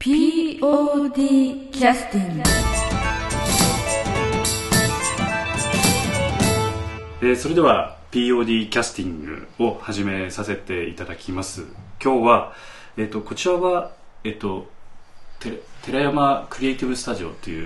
POD キャスティング。それでは POD キャスティングを始めさせていただきます。今日は、こちらは、寺山クリエイティブスタジオという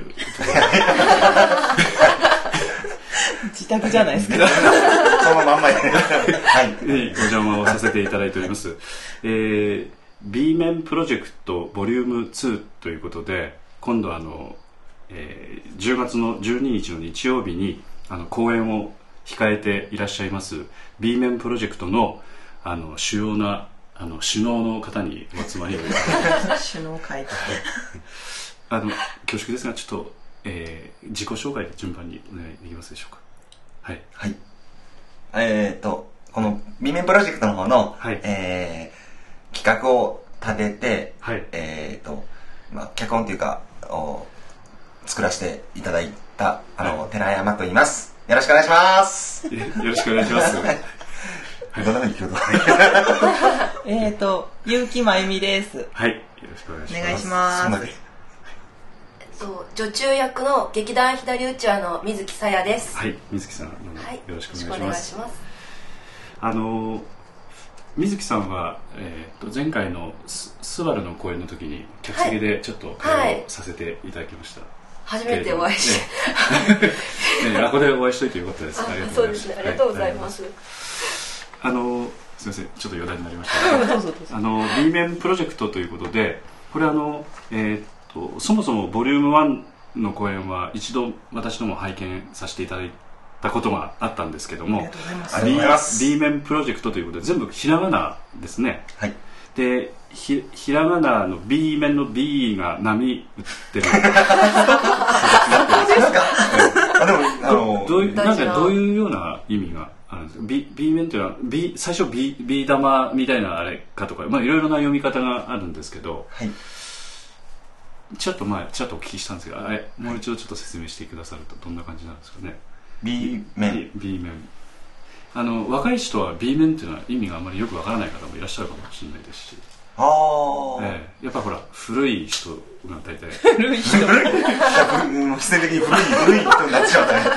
自宅じゃないですかそのまんまで、はい、 お邪魔をさせていただいております。B 面プロジェクトボリューム2ということで、今度10月の12日の日曜日に公演を控えていらっしゃいます B 面プロジェクトの主要な首脳の方にお集まりをいただきます首脳会恐縮ですがちょっと、自己紹介で順番にお願いできますでしょうか。はい、 はい、この B 面プロジェクトの方の、はい、企画を立てて、はい、脚本というか作らせていただいた寺山と言います。よろしくお願いします。 よろしくお願いします。 どんなふうに聞くと結城真由美です。 はい、よろしくお願いします。 お願いします。 女中役の劇団左うちわの水木さやです。 はい、水木さん、よろしくお願いします。水木さんは、前回のスバルの公演の時に客席でちょっと会話をさせていただきました。 初めてお会いして、 ここでお会いしといてよかったです。 そうですね、ありがとうございます。 すみません、ちょっと余談になりましたがB 面プロジェクトということで、これそもそもボリューム1の公演は一度私ども拝見させていただいたことがあったんですけども、 B 面プロジェクトということで全部ひらがなですね。 はい、 でひらがなの B 面の B が波打ってるどういうような意味があるんですか。 B 面というのは、最初 B 玉みたいなあれかとか、いろいろな読み方があるんですけど、はい、ちょっとお聞きしたんですが、もう一度ちょっと説明してくださるとどんな感じなんですかね。 B 面、 若い人は B 面っていうのは意味があまりよくわからない方もいらっしゃるかもしれないですし、やっぱほら古い人が大体古い人必然的に古い人になっちゃうね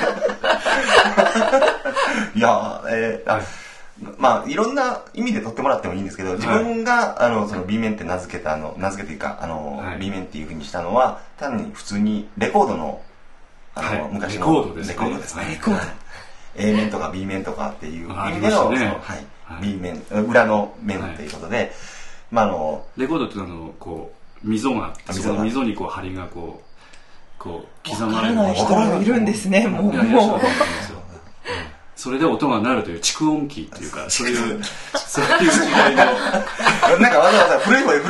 いやいろんな意味で取ってもらってもいいんですけど、自分がその B 面って名付けというかB 面っていうふうにしたのは、単に普通にレコードの昔のレコードですね。 A 面とか B 面とかっていう意味での B 面、裏の面っていうことで、 レコードってこう溝があって、その溝にこう針がこう刻まれる。 分からない人もいるんですね。もうそれで音が鳴るという蓄音機っていうか、そういう時代のなんかわざわざ古い方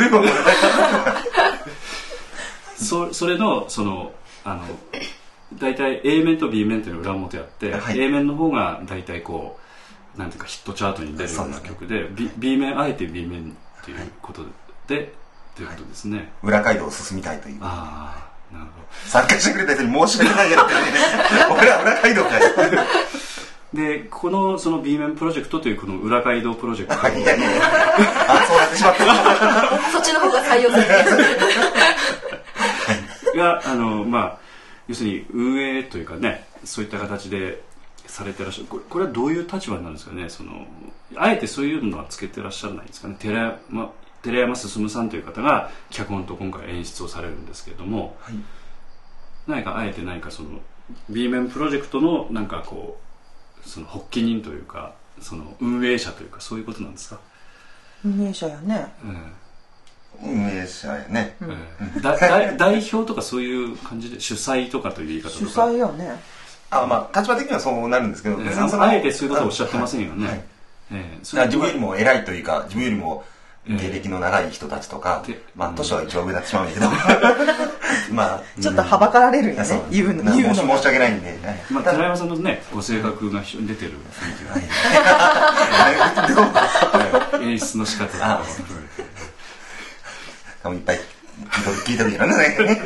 それの大体 A 面と B 面というのが裏表あって、はい、A 面の方が大体こうなんていうかヒットチャートに出るような曲で、B 面あえて B 面ということで、ということですね。 裏街道を進みたいという。 なるほど。 参加してくれた人に申し訳ないけど俺は裏街道かよでその B 面プロジェクトというこの裏街道プロジェクトそうなってしまったそっちの方が採用されてが要するに運営というかね、そういった形でされてらっしゃる。これはどういう立場なんですかね。あえてそういうのはつけてらっしゃらないんですかね。寺山進さんという方が脚本と今回演出をされるんですけれども、はい、あえてその B 面プロジェクトのその発起人というか、その運営者というか、そういうことなんですか。 運営者やね。 運営者やね。 代表とかそういう感じで、主催とかという言い方とか。 主催よね。 立場的にはそうなるんですけど、 あえてそういうことをおっしゃってませんよね。 自分よりも偉いというか、自分よりも芸歴の長い人たちとか、年は一番上になってしまうんだけどちょっとはばかられるんやね、言うの申し訳ないんで、 寺山さんのね、ご性格が非常に出てる雰囲気が演出の仕方がいっぱい聞いた時なんですね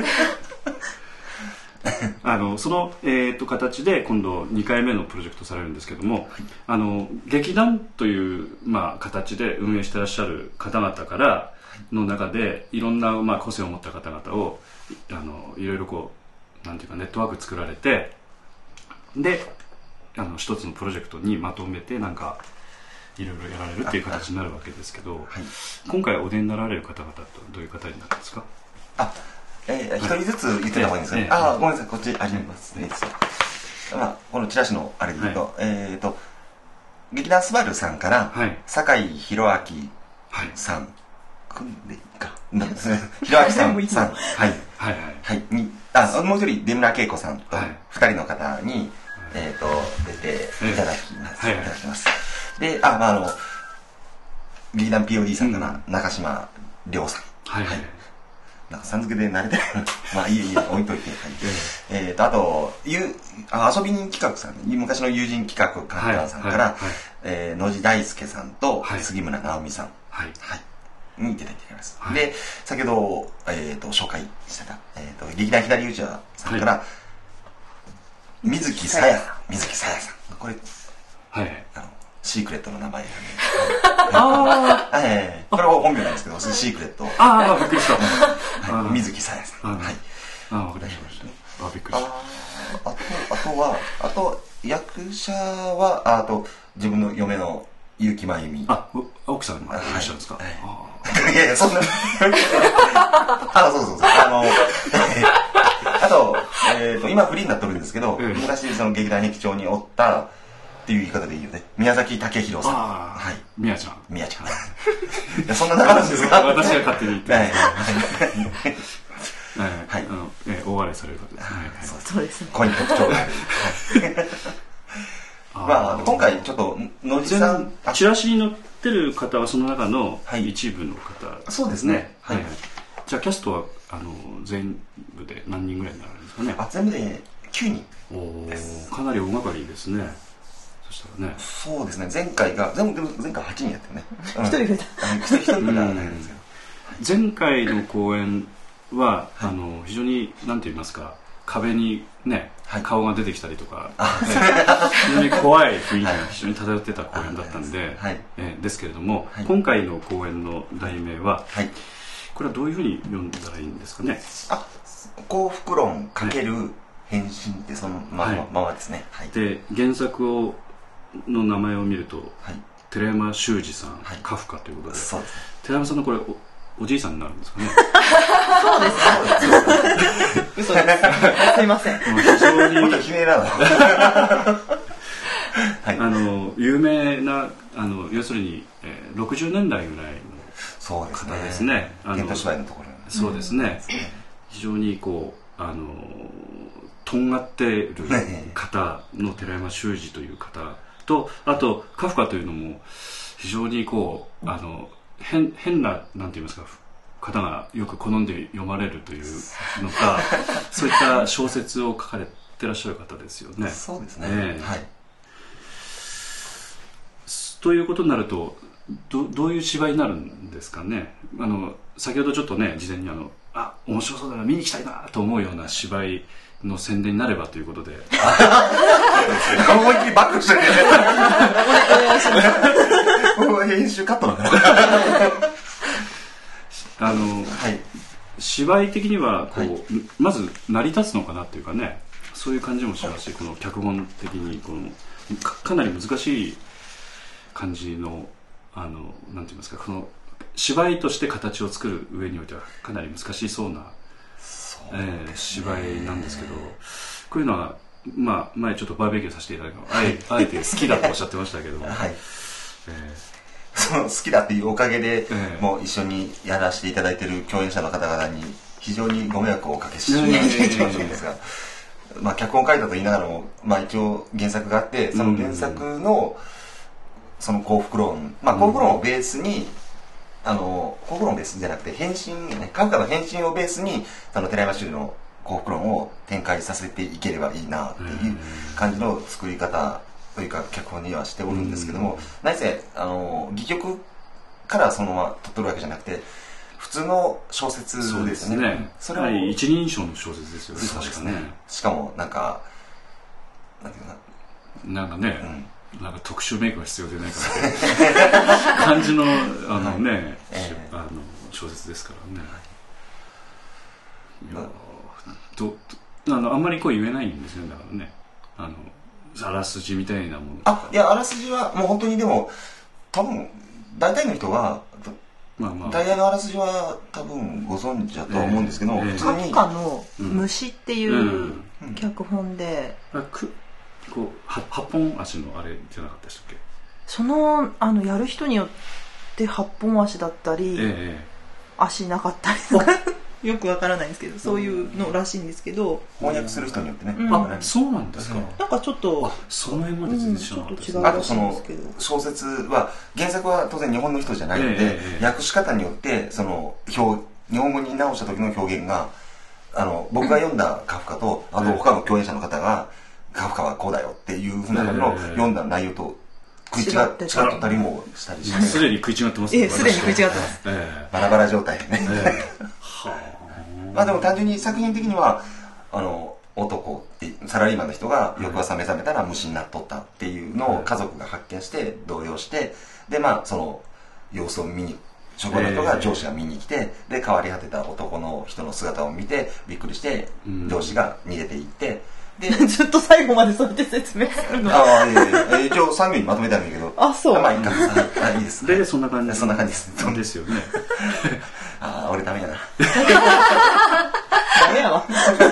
その、形で今度2回目のプロジェクトされるんですけども、劇団という、形で運営してらっしゃる方々から、 の中でいろんなまあ個性を持った方々をいろいろこうなんていうかネットワーク作られて、で一つのプロジェクトにまとめてなんかいろいろやられるっていう形になるわけですけど、今回お出になられる方々とどういう方になるんですか？ 一人ずつ言ってた方がいいんですかね。ごめんなさい、こっちありますね。このチラシのあれで言うと、劇団スバルさんから酒井宏明さん、組んでいいか宏明さんにもう一人出村恵子さんと2人の方に出ていただきます。で、劇団 POD さんから中島亮さん、なんかさん付けで慣れてるまあいい置いといて、あと遊び人企画さん、昔の友人企画カンタンさんから野地大輔さんと杉村直美さんに出ていただきます。で、先ほど紹介してた劇団左打ちわさんから水木さやさん、これシークレットの名前これは本名なんですけど、シークレット。 びっくりした。 水木さやさん。わかりました。びっくりした。あと役者はあと自分の嫁の結城真由美。 奥さんがいらっしゃるんですか？ いやそんな。そう。あと今フリーになってるんですけど、昔その劇団劇長におったっていう言い方でいいよね。宮崎武弘さん。 宮ちゃん。 いや、そんな長なんですか？ 私が勝手に言って大笑いされる方ですね。 そうですね。 ここに特徴がある。今回ちょっと野地さん、 チラシに載ってる方はその中の一部の方。 そうですね。 じゃあキャストは全部で何人ぐらいになるんですかね？ 全部で9人です。 かなり大掛かりですね。 そうですね。前回8人やってね。 1人増えた。 1人増えたんですけど。前回の公演は非常になんて言いますか、壁にね顔が出てきたりとか、非常に怖い雰囲気が非常に漂ってた公演だったんで、ですけれども、今回の公演の題名はこれはどういうふうに読んだらいいんですかね？ 幸福論×変身ってそのままですね。 で、原作の名前を見ると寺山修司さん、カフカということで、寺山さんのこれおじいさんになるんですかね？ そうです。嘘です。すいません。 非常にもっと綺麗な有名な要するに60年代ぐらいの方ですね。 現代芝居のところ。 そうですね。非常にこうとんがっている方の寺山修司という方と、あとカフカというのも非常にこう変ななんて言いますか、方がよく好んで読まれるというのかそういった小説を書かれてらっしゃる方ですよね。 そうですね。 ということになるとどういう芝居になるんですかね？先ほどちょっとね事前に面白そうだな見に行きたいなと思うような芝居の宣伝になればということで思いっきりバックしてる編集カットだから芝居的にはこう、まず成り立つのかなっていうかね、そういう感じもしますし、この脚本的にかなり難しい感じのなんて言いますか、この芝居として形を作る上においてはかなり難しそうな芝居なんですけど、こういうのは前ちょっとバーベキューさせていただいたあえて好きだとおっしゃってましたけどその好きだっていうおかげでもう一緒にやらせていただいている共演者の方々に非常にご迷惑をおかけしてしまうんですが、脚本書いたと言いながらも一応原作があって、その原作のその幸福論、幸福論をベースに幸福論ベースじゃなくて変身ね、カフカの変身をベースに寺山修司の幸福論を展開させていければいいなっていう感じの作り方というか脚本にはしておるんですけども、何せ戯曲からそのまま取っとるわけじゃなくて普通の小説ですよね。 それは一人称の小説ですよね。確かね。 しかもなんかね、なんか特殊メイクが必要でないから感じの小説ですからね。いやあんまりこう言えないんですよね、だからね。あらすじみたいなもの。 いや、あらすじはもう本当にでも、多分、大体の人は、大体のあらすじは多分ご存知だと思うんですけど、普通に。 カフカの虫っていう脚本で、 こう8本足のあれじゃなかったでしたっけ？ やる人によって8本足だったり、足なかったりとかよくわからないんですけど、そういうのらしいんですけど、 翻訳する人によってね。 そうなんですか。 なんかちょっとその辺まで全然知らなかったです。 あとその小説は原作は当然日本の人じゃないので、訳し方によってその日本語に直した時の表現が僕が読んだカフカとあと他の共演者の方がカフカはこうだよっていうふうなのを読んだ内容と食い違ったりもしたりして、 すでに食い違ってますね。 すでに食い違ってます。 バラバラ状態でね。まあでも単純に作品的には男ってサラリーマンの人が翌朝目覚めたら虫になっとったっていうのを家族が発見して動揺して、でまあその様子を見に職場の人が上司が見に来て、で変わり果てた男の人の姿を見てびっくりして上司が逃げていって、 でずっと最後までそうやって説明するの。 一応3行にまとめたんだけど。 そう。 まあいいか。いいです。 でそんな感じ。 そんな感じです。 そうですよね。 俺ダメやな。 ダメやわ。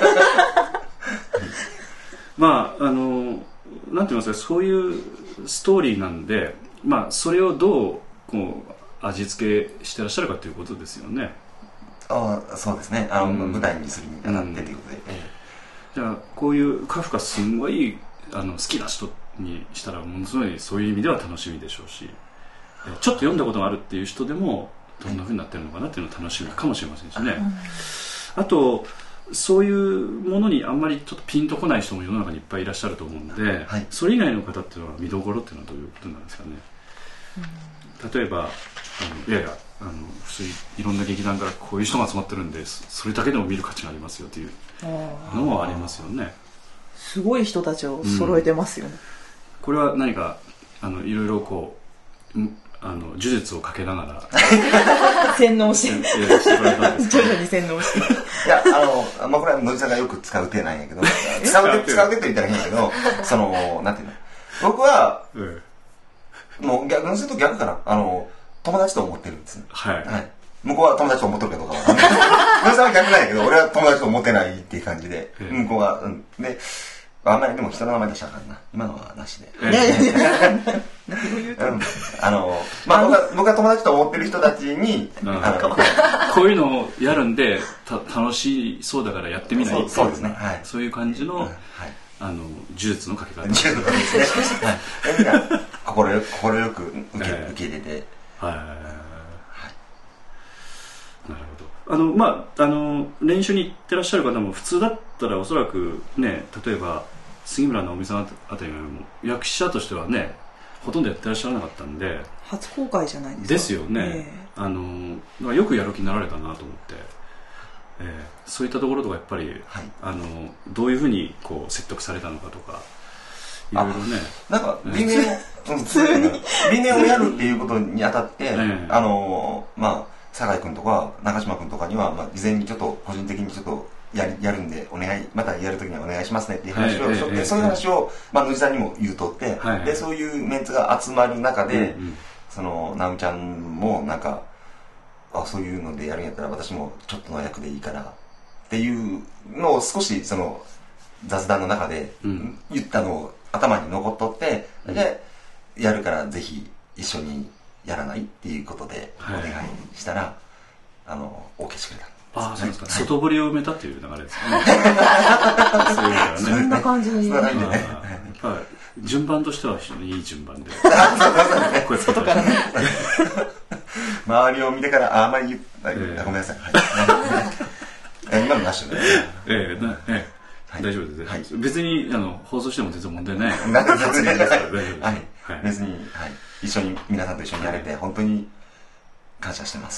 まあなんて言いますか、そういうストーリーなんで、まあそれをどうこう味付けしてらっしゃるかということですよね。 そうですね。舞台にするにあたってということで。 じゃあこういうカフカすごい好きな人にしたらものすごいそういう意味では楽しみでしょうし、ちょっと読んだことがあるっていう人でもどんな風になってるのかなっていうのを楽しみかもしれませんしね。あとそういうものにあんまりちょっとピンとこない人も世の中にいっぱいいらっしゃると思うので、それ以外の方っていうのは見どころっていうのはどういうことなんですかね。例えばいやいや普通にいろんな劇団からこういう人が集まってるんでそれだけでも見る価値がありますよっていうのもありますよね。 すごい人たちを揃えてますよね。 これは何かいろいろこう呪術をかけながら洗脳して徐々に洗脳して、 いやまあこれは野地さんがよく使う手なんやけど、使う手って言ったら変やけど、なんていうの、僕はもう逆にすると逆かな、友達と思ってるんですね。はい。向こうは友達と思ってるかどうかわかんない。野地さんは逆なんやけど、俺は友達と思ってないっていう感じで、向こうはで。あんまりでも人の名前出したらあかんな。今のはなしで。まあ僕は友達と思ってる人たちに、 こういうのをやるんで楽しそうだからやってみない。 そうですね。 そういう感じの呪術のかけ方。 呪術ですね。みんな心よく受け入れて。 なるほど。まあ練習に行ってらっしゃる方も普通だったらおそらくね、例えば杉村直美さんあたりが役者としてはねほとんどやってらっしゃらなかったんで、 初公開じゃないですか。 ですよね。よくやる気になられたなと思って、そういったところとかやっぱり、どういうふうにこう説得されたのかとかいろいろね。 なんか微妙をやるっていうことにあたってまあ酒井君とか中島君とかには、事前にちょっと個人的にちょっとやるんでまたやるときにはお願いしますねっていう話をしとって、そういう話を野地さんにも言うとって、でそういうメンツが集まる中で、直美ちゃんもなんかそういうのでやるんやったら私もちょっとの役でいいからっていうのを少し雑談の中で言ったのを頭に残っとって、でやるからぜひ一緒にやらないっていうことでお願いしたら、OK してくれた。 そうですか。外堀を埋めたっていう流れですかね。 そんな感じに。 順番としては非常にいい順番で。 外から。 周りを見てからあんまりごめんなさい。今のなしで。 大丈夫です。別に放送しても全然問題ない。 別に一緒に皆さんと一緒にやれて本当に感謝してます。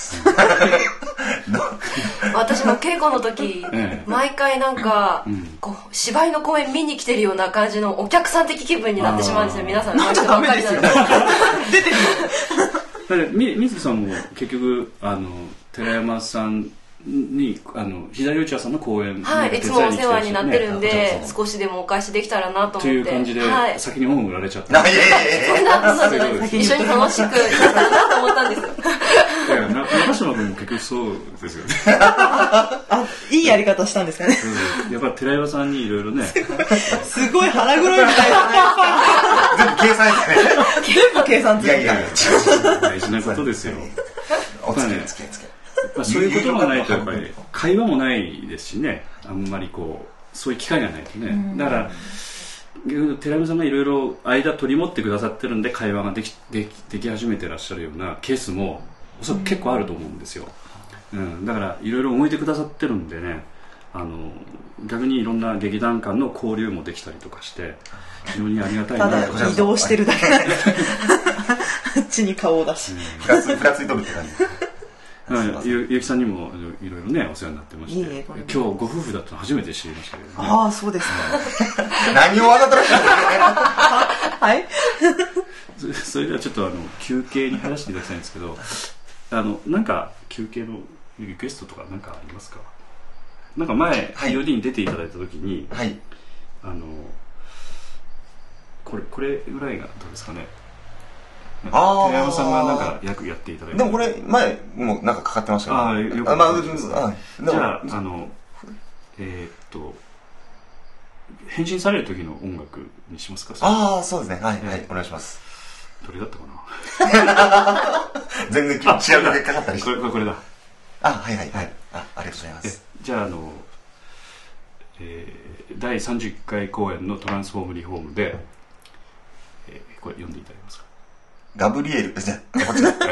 私も稽古の時毎回なんか芝居の公演見に来てるような感じのお客さん的気分になってしまうんですよ。皆さんなんかダメですよ。出てる。 水木さんも結局寺山さんに左内輪さんの公演、 はい、いつもお世話になってるんで、少しでもお返しできたらなと思って、という感じで、先に本を売られちゃった。 そんなことじゃないです。一緒に楽しくできたらなと思ったんです。 いや、中島君も結局そうですよね。 いいやり方したんですかね。 やっぱ寺山さんにいろいろね。 すごい腹黒いみたいな。 全部計算ですね。 全部計算つけて。 いや大事なことですよ。 お付き合いそういうことがないとやっぱり会話もないですしね、あんまりこうそういう機会がないとね。だから寺山さんがいろいろ間取り持ってくださってるんで会話ができ始めてらっしゃるようなケースもおそらく結構あると思うんですよ。だからいろいろ動いてくださってるんでね、逆にいろんな劇団間の交流もできたりとかして非常にありがたいなと。 ただ移動してるだけなんですあっちに顔を出しふらついとるって感じ。 ゆうきさんにもいろいろねお世話になってまして、今日ご夫婦だったの初めて知りましたけどね。 ああ、そうですか。 何をわざとらしいんですか。 はい。 それではちょっと休憩に入らせていただきたいんですけど、なんか休憩のリクエストとかなんかありますか。なんか前 POD に出ていただいた時に、これぐらいがどうですかね。寺山さんがなんか役やっていただいて。 でもこれ前もなんかかかってましたよね。 よかったです。じゃあ返信される時の音楽にしますか。 ああ、そうですね。はいお願いします。 どれだったかな。 全然違う曲でかかったりして。 これだ。 はい。ありがとうございます。 じゃあ第31回公演のトランスフォームリフォームでこれ読んでいただけますか。 ガブリエル、じゃあ、こっちだ。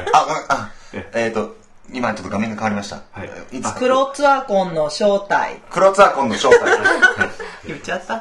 今ちょっと画面が変わりました。 クロツアコンの正体。 クロツアコンの正体。 言っちゃった。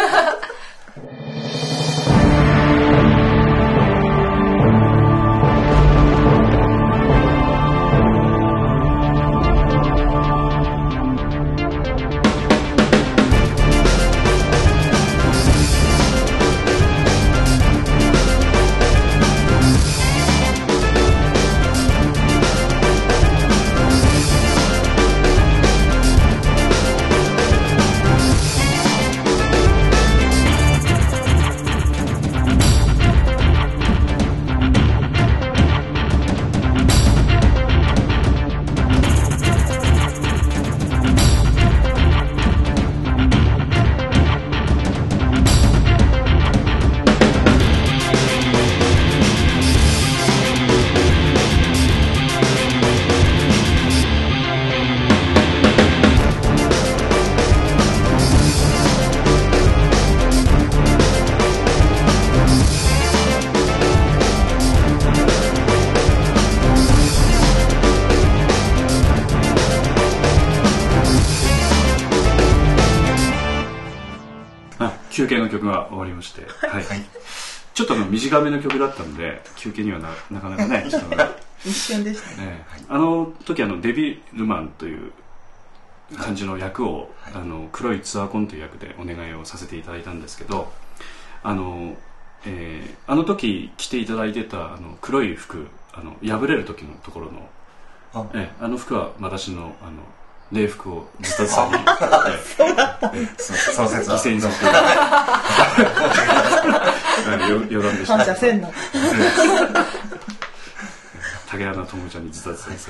休憩の曲が終わりまして、ちょっと短めの曲だったんで休憩にはなかなかね一瞬でしたね。 時デビルマンという感じの役を、黒いツアーコンという役でお願いをさせていただいたんですけど、あの時着ていただいてた黒い服、破れる時のところの服は私の礼服をズタズタにその説は犠牲にさせて余談でした。 感謝せんな。 竹穴友ちゃんにズタズタにさ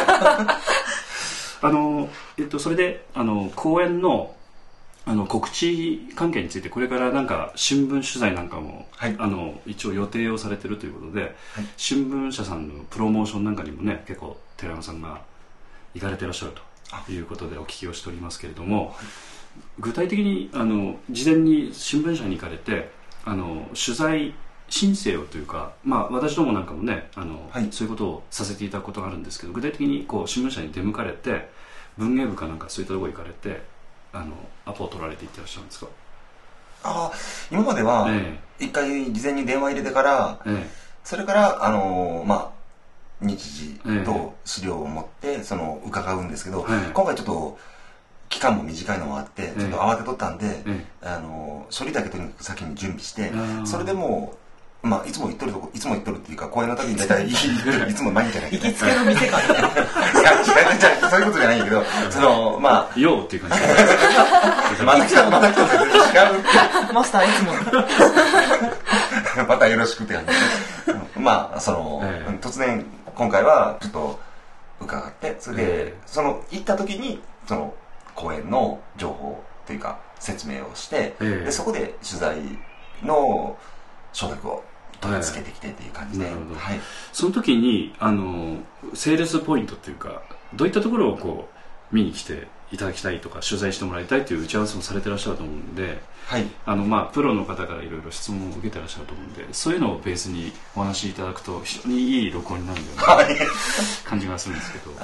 れてそれで公演の告知関係についてこれからなんか新聞取材なんかも、一応予定をされてるということで、新聞社さんのプロモーションなんかにもね結構寺山さんが行かれてらっしゃるということでお聞きをしておりますけれども、具体的に事前に新聞社に行かれて取材申請をというか、私どもなんかもねそういうことをさせていただくことがあるんですけど、具体的にこう新聞社に出向かれて文芸部かなんかそういったところに行かれてアポを取られていってらっしゃるんですか？ 今までは一回事前に電話入れてから、それから日時と資料を持って伺うんですけど、今回ちょっと期間も短いのもあってちょっと慌てとったんで、処理だけとにかく先に準備して、それでもまあいつも行っとるっていうか、公演の時に大体いつも毎日じゃないけど、 行きつけの店かな。いや、 違うそういうことじゃないんだけど、まあようっていう感じまた来た違うマスターいつもまたよろしくって感じで、まあ突然今回はちょっと伺って、それで行った時に公演の情報というか説明をして、でそこで取材の承諾を取り付けてきてっていう感じで、 その時にセールスポイントっていうか、どういったところをこう見に来ていただきたいとか取材してもらいたいという打ち合わせもされてらっしゃると思うんで、プロの方からいろいろ質問を受けてらっしゃると思うんで、そういうのをベースにお話しいただくと非常にいい録音になるんだような感じがするんですけど。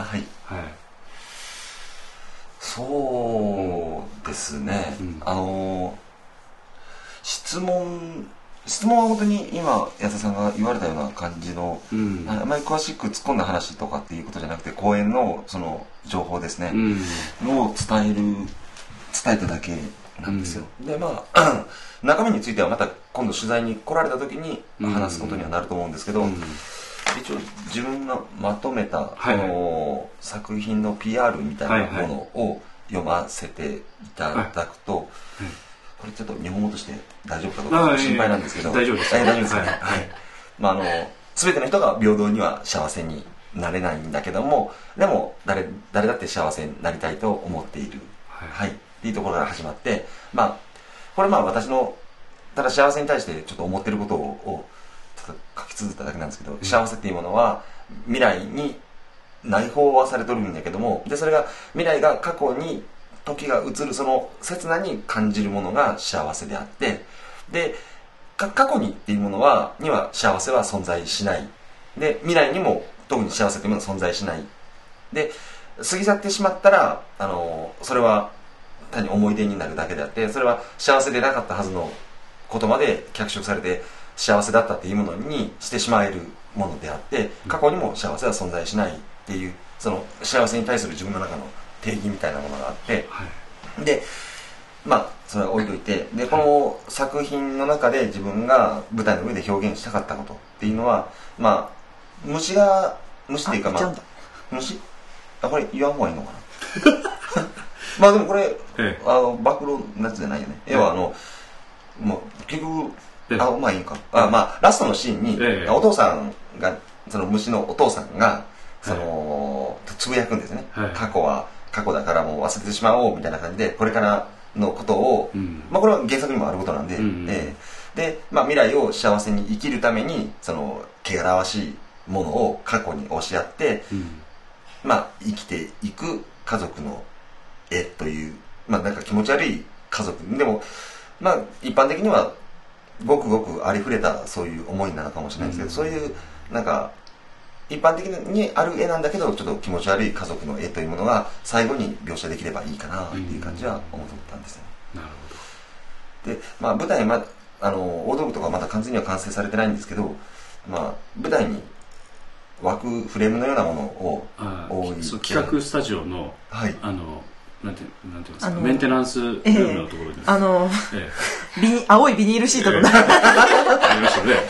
そうですね、質問は本当に今安田さんが言われたような感じの、あまり詳しく突っ込んだ話とかっていうことじゃなくて、公演の情報ですね、を伝えただけなんですよ。で中身についてはまた今度取材に来られた時に話すことにはなると思うんですけど、一応自分がまとめたこの作品の PR みたいなものを読ませていただくと、これちょっと日本語として大丈夫かどうか心配なんですけど、 大丈夫です。 大丈夫ですかね。全ての人が平等には幸せになれないんだけども、でも誰だって幸せになりたいと思っている、っていうところから始まって、これ私のただ幸せに対してちょっと思ってることをちょっと書き綴っただけなんですけど、幸せっていうものは未来に内包はされとるんだけども、でそれが未来が過去に時が移るその刹那に感じるものが幸せであって、で過去にっていうものには幸せは存在しない、で未来にも特に幸せというものは存在しないで、過ぎ去ってしまったらそれは単に思い出になるだけであって、それは幸せでなかったはずのことまで脚色されて幸せだったっていうものにしてしまえるものであって、過去にも幸せは存在しないっていう、その幸せに対する自分の中の定義みたいなものがあって、でそれは置いといて、でこの作品の中で自分が舞台の上で表現したかったことっていうのは、虫っていうか虫これ言わん方がいいのかなでもこれ暴露のやつじゃないよね。要はもう結局いいんか。ラストのシーンにお父さんが、その虫のお父さんがつぶやくんですね。過去は過去だからもう忘れてしまおうみたいな感じで、これからのことを、これは原作にもあることなんで、で未来を幸せに生きるために汚らわしいものを過去に押し合って、生きていく家族の絵という、なんか気持ち悪い家族でも一般的にはごくごくありふれたそういう思いなのかもしれないですけど、そういうなんか一般的にある絵なんだけどちょっと気持ち悪い家族の絵というものが最後に描写できればいいかなっていう感じは思ったんですね。 なるほど。で舞台大道具とかまだ完全には完成されてないんですけど、舞台に枠フレームのようなものを置いて、企画スタジオのなんていうんですか、メンテナンスルームのところです。 青いビニールシートのありましたね。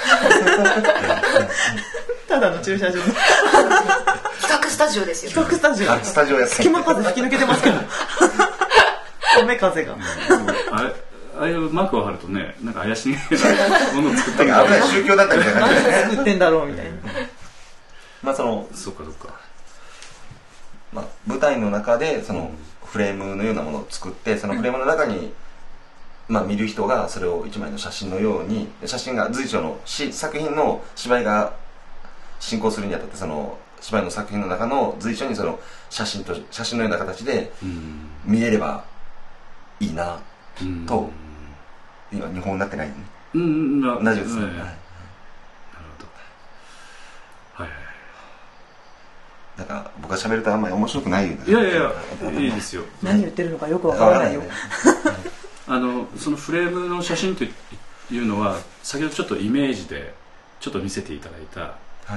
ただの駐車場の企画スタジオですよ。 企画スタジオ。 スタジオや隙間風吹き抜けてますけど。雨風が。 ああいうマークを貼るとね、なんか怪しいものを作ったみたいな。危ない宗教だったみたいな感じで。 何作ってんだろうみたいな。 そっか。 舞台の中でフレームのようなものを作って、そのフレームの中に見る人がそれを一枚の写真のように、写真が随所の作品の芝居が進行するにあたって、その芝居の作品の中の随所にその写真のような形で見えればいいなと。今日本語になってないね。大丈夫ですね。なるほど。なんか僕が喋るとあんまり面白くないよね。 いやいいですよ。 何言ってるのかよくわからないよ。 そのフレームの写真というのは先ほどちょっとイメージでちょっと見せていただいた、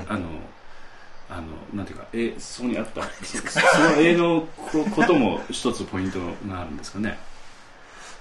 なんていうかそこにあったその絵のことも一つポイントがあるんですかね。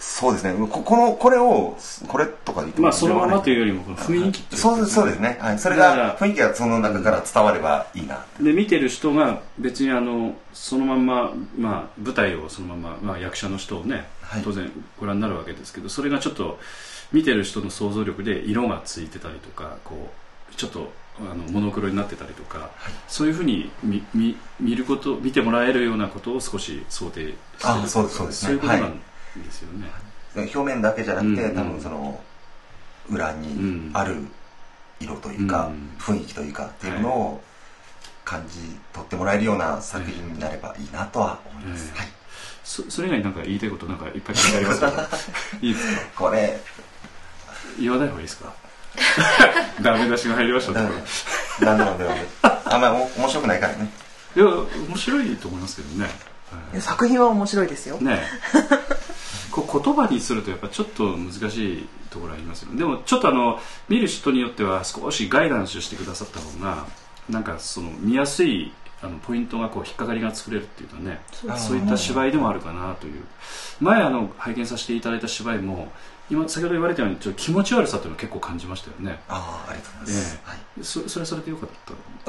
そうですね。これとか言ってまあそのままというよりも雰囲気ってそうですね。はい。それが雰囲気がその中から伝わればいいな。 で見てる人が別にそのまんま舞台をそのまま役者の人をね当然ご覧になるわけですけど、それがちょっと見てる人の想像力で色がついてたりとか、こうちょっとモノクロになってたりとか、そういうふうに見てもらえるようなことを少し想定してる。 そうですね。 そういうことなんですよね。 表面だけじゃなくて、多分その裏にある色というか、雰囲気というかっていうのを感じ取ってもらえるような作品になればいいなとは思います。はい。 それ以外に何か言いたいことなんかいっぱい書いてありますけどいいですか？ これ言わない方がいいですか？ダメ出しが入りましたとか。 何でもあんまり面白くないからね。 いや面白いと思いますけどね。 作品は面白いですよ。 ね。こう言葉にするとやっぱちょっと難しいところありますよね。でもちょっと見る人によっては少しガイダンスしてくださった方がなんかその見やすいポイントがこう引っかかりが作れるっていうかね、そういった芝居でもあるかなという。前拝見させていただいた芝居も今先ほど言われたようにちょっと気持ち悪さというのを結構感じましたよね。 ありがとうございます。 それはそれでよかった。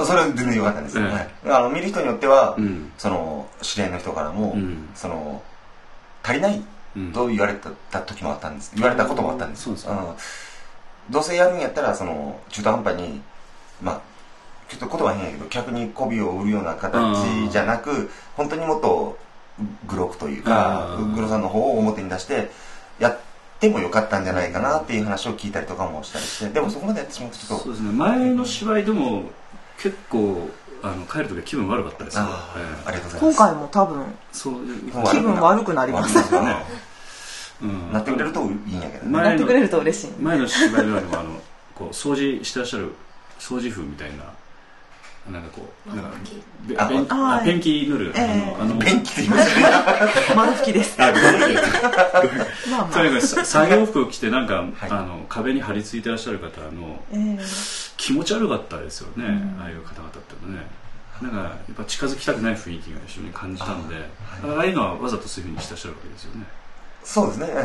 それは全然よかったです。見る人によってはその知り合いの人からもその足りないと言われた時もあったんです。言われたこともあったんです。どうせやるんやったらその中途半端にちょっと言葉変やけど客に媚びを売るような形じゃなく、本当にもっとグロくというかグロさんの方を表に出してやってもよかったんじゃないかなっていう話を聞いたりとかもしたりして、でもそこまでやってしまうとちょっとそうですね。前の芝居でも結構帰る時は気分悪かったですよ。 ありがとうございます。 今回も多分気分悪くなりますよね。 なってくれるといいんやけどね。 なってくれると嬉しい。 前の芝居ではこう掃除してらっしゃる掃除婦みたいな。なんかこうペンキ塗るペンキって言いますね。 窓拭きです。 とにかく作業服を着てなんか壁に張り付いてらっしゃる方気持ち悪かったですよね。ああいう方々ってね、なんかやっぱ近づきたくない雰囲気が非常に感じたんで、ああいうのはわざとそういうふうにしてらっしゃるわけですよね。 そうですね。はい。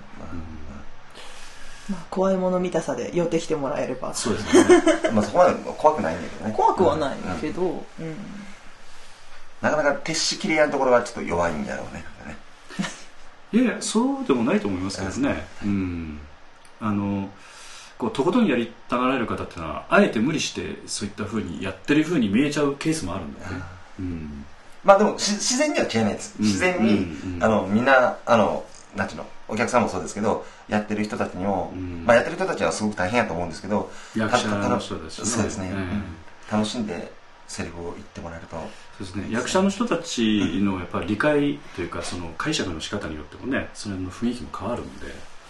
怖いもの見たさで寄ってきてもらえれば。 そうですね。 そこまで怖くないんだけどね。 怖くはないけど、 なかなか徹しきれやんところがちょっと弱いんだろうね。 いやそうでもないと思いますけどね。こうとことんやりたがられる方っていうのはあえて無理してそういった風にやってる風に見えちゃうケースもあるんだよね。 でも自然には違いないです。自然にみんななんていうの、お客さんもそうですけどやってる人たちにもやってる人たちはすごく大変やと思うんですけど、 役者の人たちそうですね。楽しんでセリフを言ってもらえると。 そうですね。役者の人たちのやっぱり理解というかその解釈の仕方によってもね、それの雰囲気も変わるん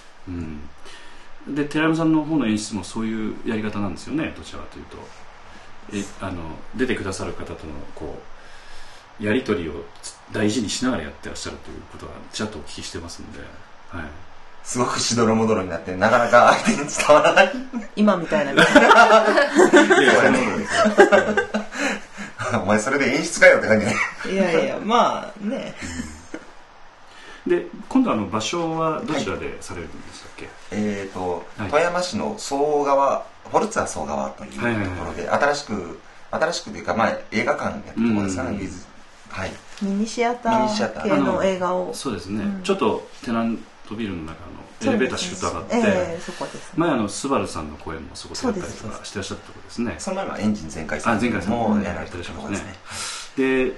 で。で寺山さんの方の演出もそういうやり方なんですよね。どちらかというと出てくださる方とのこうやり取りを大事にしながらやってらっしゃるということはちらっとお聞きしてますので、 すごくしどろもどろになってなかなか相手に伝わらない今みたいなお前それで演出かよって感じね。 いやまあね。 で今度場所はどちらでされるんでしたっけ？ 富山市の総川フォルツァ総川というところで新しくというか映画館やってるところですかね。 ミニシアター系の映画を。 そうですね。ちょっとテナントビルの中のエレベーターシュート上がって前スバルさんの公演もそこでやったりとかしてらっしゃったところですね。 その前はエンジン全開さんもやられてらっしゃいますね。で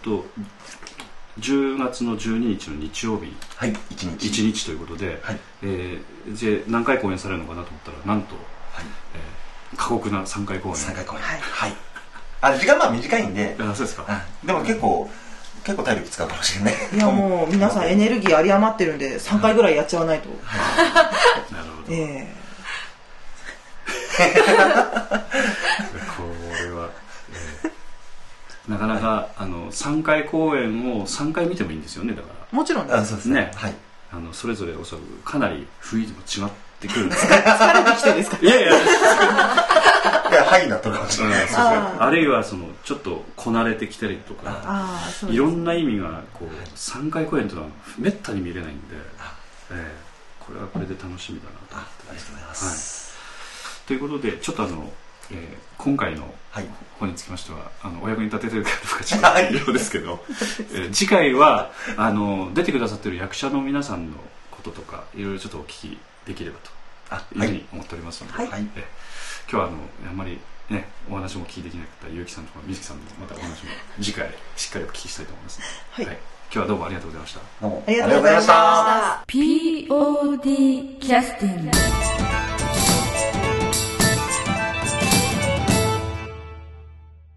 10月の12日の日曜日1日ということで何回公演されるのかなと思ったらなんと過酷な3回公演。 時間は短いんで。 そうですか。 でも結構体力使うかもしれない。 いやもう皆さんエネルギー有り余ってるんで3回ぐらいやっちゃわないと。 なるほど。これはなかなか3回公演を3回見てもいいんですよね。だからもちろんですね。 それぞれおそらくかなり雰囲気も違ってくるんです。 疲れてきてですか？ いやはいなとかもしれない。 あるいはちょっとこなれてきたりとかいろんな意味がこう3回公演というのはめったに見れないんでこれはこれで楽しみだなと思って。 ありがとうございます。 ということでちょっと今回の本につきましてはお役に立ててるかどうかちょっと微妙ですけど次回は出てくださってる役者の皆さんのこととかいろいろちょっとお聞きできればというふうに思っておりますので、今日はあんまりねお話も聞きできなかった結城さんとか水木さんのまたお話も次回しっかりお聞きしたいと思います。今日はどうもありがとうございました。 どうもありがとうございました。 POD キャスティング